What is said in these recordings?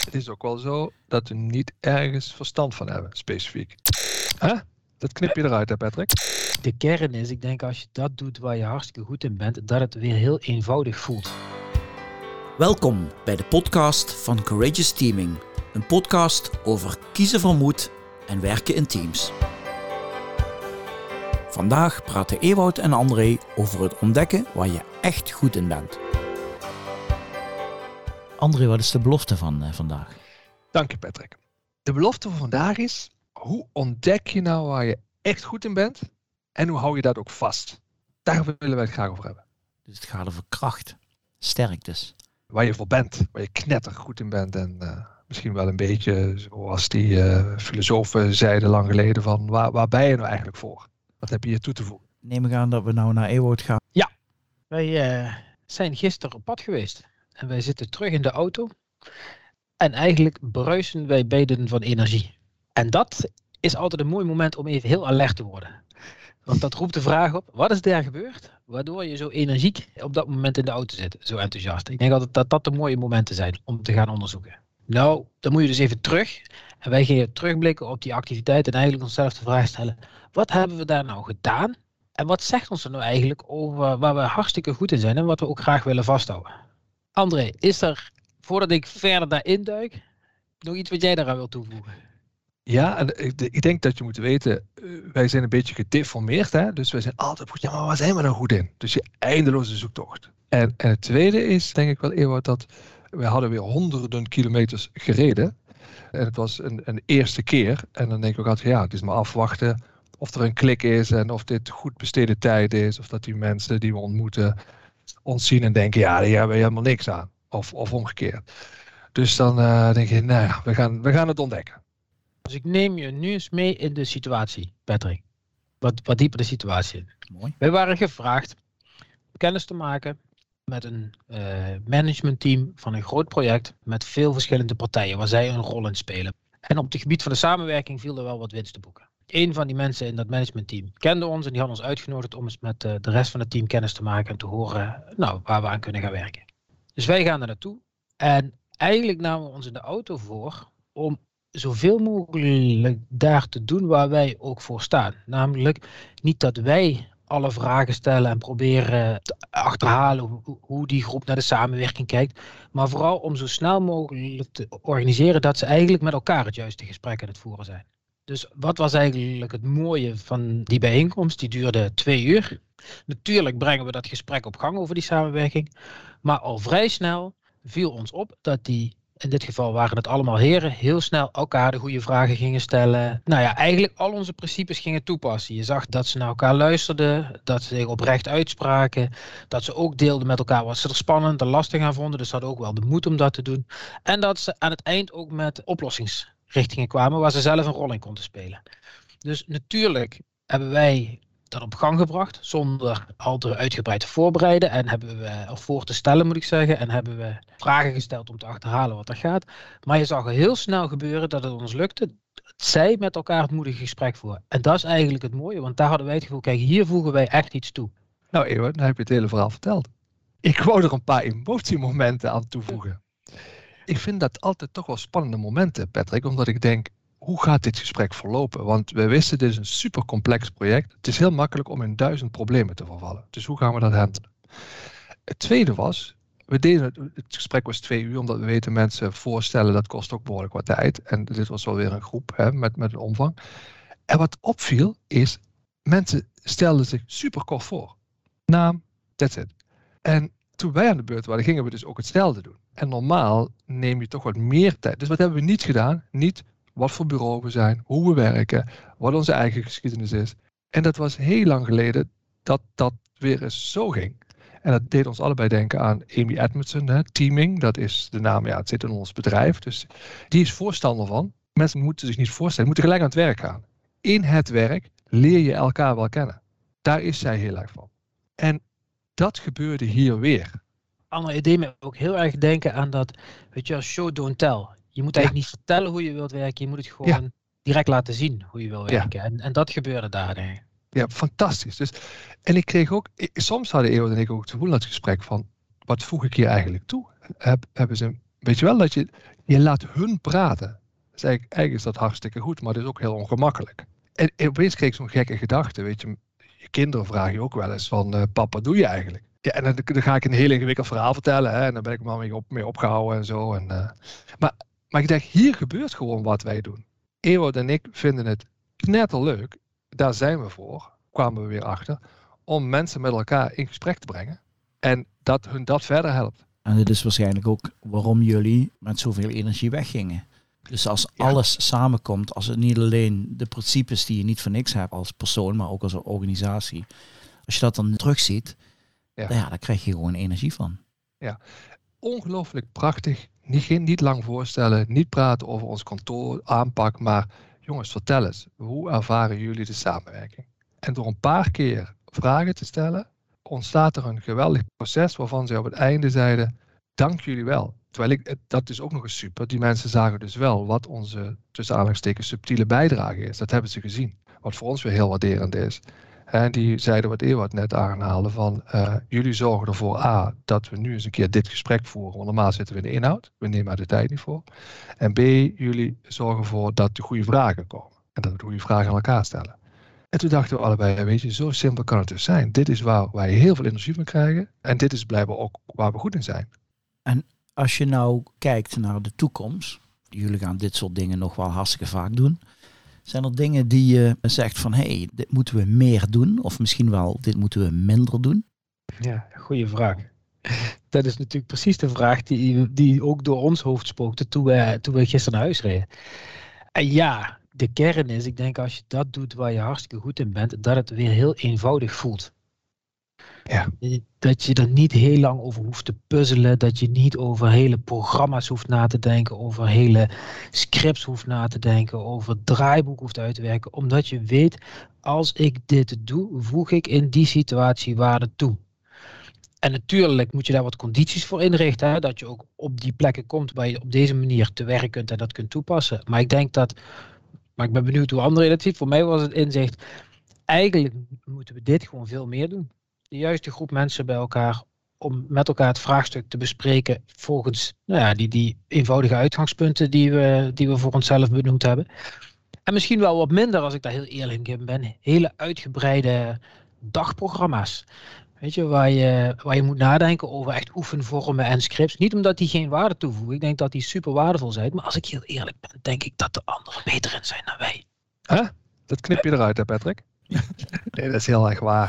Het is ook wel zo dat we niet ergens verstand van hebben, specifiek. Huh? Dat knip je eruit, hè, Patrick? De kern is, ik denk als je dat doet waar je hartstikke goed in bent, dat het weer heel eenvoudig voelt. Welkom bij de podcast van Courageous Teaming. Een podcast over kiezen voor moed en werken in teams. Vandaag praten Ewout en André over het ontdekken waar je echt goed in bent. André, wat is de belofte van vandaag? Dank je, Patrick. De belofte van vandaag is, hoe ontdek je nou waar je echt goed in bent en hoe hou je dat ook vast? Daar willen wij het graag over hebben. Dus het gaat over kracht. Sterk dus. Waar je voor bent, waar je knettergoed in bent en misschien wel een beetje zoals die filosofen zeiden lang geleden van waar ben je nou eigenlijk voor? Wat heb je hier toe te voegen? Neem ik aan dat we nou naar Ewout gaan. Ja, wij zijn gisteren op pad geweest en wij zitten terug in de auto en eigenlijk bruisen wij beiden van energie. En dat is altijd een mooi moment om even heel alert te worden. Want dat roept de vraag op, wat is er gebeurd waardoor je zo energiek op dat moment in de auto zit, zo enthousiast. Ik denk altijd dat de mooie momenten zijn om te gaan onderzoeken. Nou, dan moet je dus even terug en wij gingen terugblikken op die activiteit en eigenlijk onszelf de vraag stellen, wat hebben we daar nou gedaan en wat zegt ons er nou eigenlijk over waar we hartstikke goed in zijn en wat we ook graag willen vasthouden. André, is er, voordat ik verder daarin duik, nog iets wat jij daaraan wilt toevoegen? Ja, en ik denk dat je moet weten, wij zijn een beetje gedeformeerd, hè? Dus wij zijn altijd goed, ja, maar waar zijn we nou goed in? Dus je eindeloze zoektocht. En het tweede is, denk ik wel, Ewout, dat we hadden weer honderden kilometers gereden. En het was een eerste keer. En dan denk ik ook altijd, ja, het is maar afwachten of er een klik is en of dit goed besteden tijd is. Of dat die mensen die we ontmoeten ons zien en denken, ja, hier hebben we helemaal niks aan. Of omgekeerd. Dus dan denk je, nou ja, we gaan het ontdekken. Dus ik neem je nu eens mee in de situatie, Patrick. Wat dieper de situatie in. Mooi. Wij waren gevraagd kennis te maken met een managementteam van een groot project met veel verschillende partijen waar zij een rol in spelen. En op het gebied van de samenwerking viel er wel wat winst te boeken. Een van die mensen in dat managementteam kende ons en die had ons uitgenodigd om eens met de rest van het team kennis te maken en te horen waar we aan kunnen gaan werken. Dus wij gaan er naartoe en eigenlijk namen we ons in de auto voor om zoveel mogelijk daar te doen waar wij ook voor staan. Namelijk niet dat wij alle vragen stellen en proberen te achterhalen hoe die groep naar de samenwerking kijkt, maar vooral om zo snel mogelijk te organiseren dat ze eigenlijk met elkaar het juiste gesprek aan het voeren zijn. Dus wat was eigenlijk het mooie van die bijeenkomst? Die duurde 2 uur. Natuurlijk brengen we dat gesprek op gang over die samenwerking, maar al vrij snel viel ons op dat in dit geval waren het allemaal heren, heel snel elkaar de goede vragen gingen stellen. Nou ja, eigenlijk al onze principes gingen toepassen. Je zag dat ze naar elkaar luisterden, dat ze zich oprecht uitspraken, dat ze ook deelden met elkaar wat ze er spannend en lastig aan vonden. Dus ze hadden ook wel de moed om dat te doen. En dat ze aan het eind ook met oplossingsrichtingen kwamen waar ze zelf een rol in konden spelen. Dus natuurlijk hebben wij dat op gang gebracht, zonder al te uitgebreid te voorbereiden en hebben we, of voor te stellen moet ik zeggen, en hebben we vragen gesteld om te achterhalen wat er gaat. Maar je zag heel snel gebeuren dat het ons lukte, dat zij met elkaar het moedige gesprek voeren. En dat is eigenlijk het mooie, want daar hadden wij het gevoel, kijk, hier voegen wij echt iets toe. Nou Ewout, dan heb je het hele verhaal verteld. Ik wou er een paar emotiemomenten aan toevoegen. Ik vind dat altijd toch wel spannende momenten, Patrick, omdat ik denk, hoe gaat dit gesprek verlopen? Want we wisten, dit is een super complex project. Het is heel makkelijk om in 1000 problemen te vervallen. Dus hoe gaan we dat handelen? Het tweede was, het gesprek was 2 uur, omdat we weten mensen voorstellen, dat kost ook behoorlijk wat tijd. En dit was wel weer een groep met een omvang. En wat opviel is, mensen stelden zich super kort voor. Naam, that's it. En toen wij aan de beurt waren, gingen we dus ook hetzelfde doen. En normaal neem je toch wat meer tijd. Dus wat hebben we niet gedaan? Niet wat voor bureau we zijn, hoe we werken, wat onze eigen geschiedenis is. En dat was heel lang geleden dat dat weer eens zo ging. En dat deed ons allebei denken aan Amy Edmondson, Teaming. Dat is de naam, ja, het zit in ons bedrijf. Dus die is voorstander van. Mensen moeten zich niet voorstellen, moeten gelijk aan het werk gaan. In het werk leer je elkaar wel kennen. Daar is zij heel erg van. En dat gebeurde hier weer. Anne, het deed me ook heel erg denken aan dat, weet je, show don't tell. Je moet eigenlijk niet vertellen hoe je wilt werken. Je moet het gewoon direct laten zien hoe je wil werken. Ja. En dat gebeurde daar, denk ik. Ja, fantastisch. Dus, en ik kreeg ook, soms hadden Ewout en ik ook het gevoel in het gesprek van, wat voeg ik hier eigenlijk toe? Hebben ze, weet je wel, dat je Je laat hun praten. Dus eigenlijk is dat hartstikke goed, maar het is ook heel ongemakkelijk. En opeens kreeg ik zo'n gekke gedachte, weet je. Je kinderen vragen je ook wel eens van, papa, wat doe je eigenlijk? Ja, en dan ga ik een heel ingewikkeld verhaal vertellen. Hè, en dan ben ik maar mee opgehouden en zo. Maar ik dacht, hier gebeurt gewoon wat wij doen. Ewout en ik vinden het knetterleuk. Daar zijn we voor, kwamen we weer achter. Om mensen met elkaar in gesprek te brengen. En dat hun dat verder helpt. En dit is waarschijnlijk ook waarom jullie met zoveel energie weggingen. Dus als alles samenkomt, als het niet alleen de principes die je niet voor niks hebt als persoon, maar ook als organisatie. Als je dat dan terugziet, dan krijg je gewoon energie van. Ja, ongelooflijk prachtig. Niet lang voorstellen, niet praten over ons kantoor, aanpak, maar jongens, vertel eens, hoe ervaren jullie de samenwerking? En door een paar keer vragen te stellen, ontstaat er een geweldig proces waarvan ze op het einde zeiden, dank jullie wel. Terwijl dat is ook nog eens super. Die mensen zagen dus wel wat onze, tussen aanhalingstekens, subtiele bijdrage is. Dat hebben ze gezien. Wat voor ons weer heel waarderend is. En die zeiden wat Ewout net aanhaalde van, jullie zorgen ervoor dat we nu eens een keer dit gesprek voeren. Want normaal zitten we in de inhoud. We nemen er de tijd niet voor. En B, jullie zorgen ervoor dat de goede vragen komen. En dat we de goede vragen aan elkaar stellen. En toen dachten we allebei, weet je, zo simpel kan het dus zijn. Dit is waar wij heel veel energie van krijgen. En dit is blijkbaar ook waar we goed in zijn. En als je nou kijkt naar de toekomst, jullie gaan dit soort dingen nog wel hartstikke vaak doen. Zijn er dingen die je zegt van, dit moeten we meer doen? Of misschien wel, dit moeten we minder doen? Ja, goede vraag. Dat is natuurlijk precies de vraag die ook door ons hoofd spookte toen we gisteren naar huis reden. En ja, de kern is, ik denk als je dat doet waar je hartstikke goed in bent, dat het weer heel eenvoudig voelt. Ja. Dat je er niet heel lang over hoeft te puzzelen. Dat je niet over hele programma's hoeft na te denken. Over hele scripts hoeft na te denken. Over draaiboek hoeft uit te werken. Omdat je weet, als ik dit doe, voeg ik in die situatie waarde toe. En natuurlijk moet je daar wat condities voor inrichten. Hè? Dat je ook op die plekken komt waar je op deze manier te werk kunt en dat kunt toepassen. Maar ik denk dat, maar ik ben benieuwd hoe anderen dat zien. Voor mij was het inzicht, eigenlijk moeten we dit gewoon veel meer doen. De juiste groep mensen bij elkaar om met elkaar het vraagstuk te bespreken volgens die eenvoudige uitgangspunten die we voor onszelf benoemd hebben. En misschien wel wat minder, als ik daar heel eerlijk in ben, hele uitgebreide dagprogramma's. Weet je, waar je moet nadenken over echt oefenvormen en scripts. Niet omdat die geen waarde toevoegen. Ik denk dat die super waardevol zijn. Maar als ik heel eerlijk ben, denk ik dat de anderen beter in zijn dan wij. Huh? Dat knip je eruit, hè Patrick? Nee, dat is heel erg waar.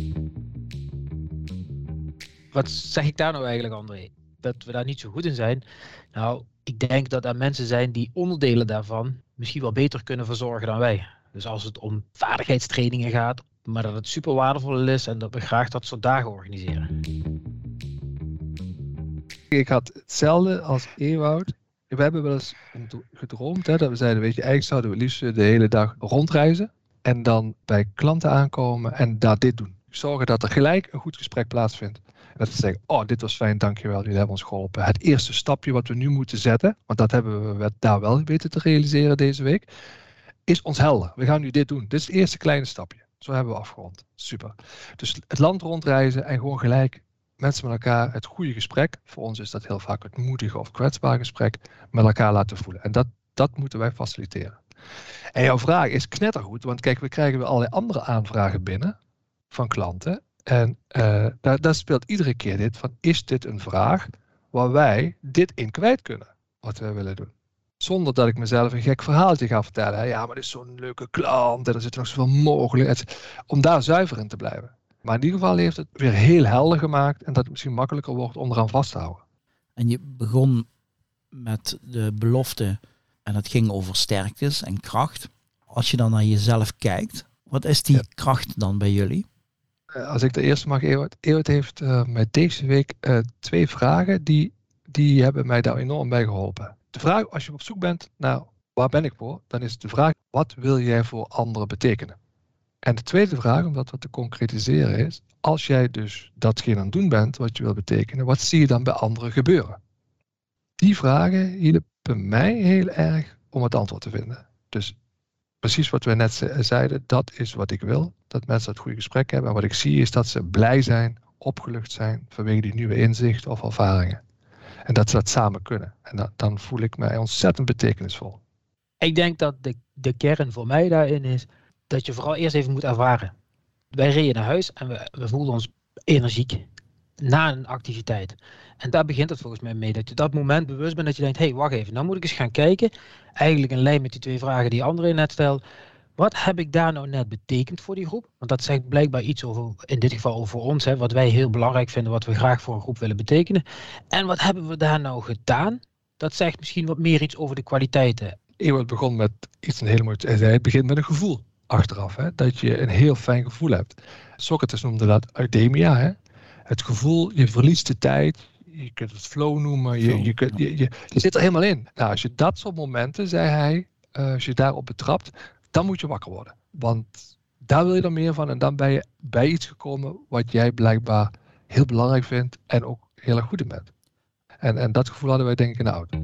Wat zeg ik daar nou eigenlijk, André? Dat we daar niet zo goed in zijn? Nou, ik denk dat er mensen zijn die onderdelen daarvan misschien wel beter kunnen verzorgen dan wij. Dus als het om vaardigheidstrainingen gaat, maar dat het super waardevol is en dat we graag dat soort dagen organiseren. Ik had hetzelfde als Ewout. We hebben wel eens gedroomd, hè, dat we zeiden, weet je, eigenlijk zouden we liefst de hele dag rondreizen en dan bij klanten aankomen en daar dit doen. Zorgen dat er gelijk een goed gesprek plaatsvindt. En dat we zeggen, dit was fijn, dankjewel, jullie hebben ons geholpen. Het eerste stapje wat we nu moeten zetten, want dat hebben we daar wel weten te realiseren deze week, is ons helder. We gaan nu dit doen. Dit is het eerste kleine stapje. Zo hebben we afgerond. Super. Dus het land rondreizen en gewoon gelijk mensen met elkaar het goede gesprek. Voor ons is dat heel vaak het moedige of kwetsbare gesprek met elkaar laten voelen. En dat moeten wij faciliteren. En jouw vraag is knettergoed, want kijk, we krijgen weer allerlei andere aanvragen binnen van klanten. En daar speelt iedere keer dit van, is dit een vraag waar wij dit in kwijt kunnen, wat wij willen doen? Zonder dat ik mezelf een gek verhaaltje ga vertellen. Hè. Ja, maar dit is zo'n leuke klant en er zit nog zoveel mogelijk. Om daar zuiver in te blijven. Maar in ieder geval heeft het weer heel helder gemaakt en dat het misschien makkelijker wordt om eraan vast te houden. En je begon met de belofte en het ging over sterktes en kracht. Als je dan naar jezelf kijkt, wat is die kracht dan bij jullie? Als ik de eerste mag, Ewout. Ewout heeft mij deze week 2 vragen die hebben mij daar enorm bij geholpen. De vraag, als je op zoek bent naar waar ben ik voor, dan is de vraag, wat wil jij voor anderen betekenen? En de tweede vraag, om dat wat te concretiseren is, als jij dus datgene aan het doen bent wat je wil betekenen, wat zie je dan bij anderen gebeuren? Die vragen hielpen mij heel erg om het antwoord te vinden. Dus precies wat we net zeiden, dat is wat ik wil. Dat mensen het goede gesprek hebben. En wat ik zie is dat ze blij zijn, opgelucht zijn vanwege die nieuwe inzichten of ervaringen. En dat ze dat samen kunnen. En dan voel ik mij ontzettend betekenisvol. Ik denk dat de kern voor mij daarin is dat je vooral eerst even moet ervaren. Wij reden naar huis en we voelden ons energiek na een activiteit. En daar begint het volgens mij mee. Dat je dat moment bewust bent dat je denkt, hé, wacht even, nou moet ik eens gaan kijken. Eigenlijk in lijn met die 2 vragen die André net stelde. Wat heb ik daar nou net betekend voor die groep? Want dat zegt blijkbaar iets over, in dit geval over ons, wat wij heel belangrijk vinden, wat we graag voor een groep willen betekenen. En wat hebben we daar nou gedaan? Dat zegt misschien wat meer iets over de kwaliteiten. Ewald begon met iets heel moois. Hij zei, het begint met een gevoel achteraf. Dat je een heel fijn gevoel hebt. Socrates noemde dat eudaimonia. Het gevoel, je verliest de tijd. Je kunt het flow noemen. Je zit er helemaal in. Nou, als je dat soort momenten, zei hij, als je daarop betrapt, dan moet je wakker worden. Want daar wil je er meer van. En dan ben je bij iets gekomen wat jij blijkbaar heel belangrijk vindt. En ook heel erg goed in bent. En dat gevoel hadden wij denk ik in de auto.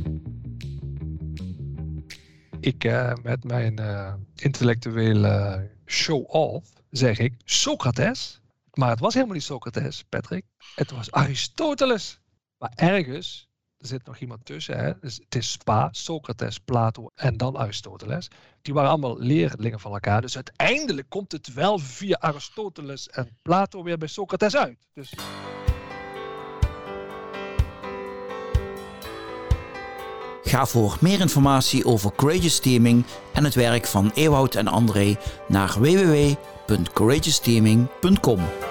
Ik met mijn intellectuele show-off zeg ik Socrates. Maar het was helemaal niet Socrates, Patrick. Het was Aristoteles. Maar ergens, er zit nog iemand tussen. Dus het is Spa, Socrates, Plato en dan Aristoteles. Die waren allemaal leerlingen van elkaar. Dus uiteindelijk komt het wel via Aristoteles en Plato weer bij Socrates uit. Dus... Ga voor meer informatie over Courageous Teaming en het werk van Ewout en André naar www.courageousteaming.com.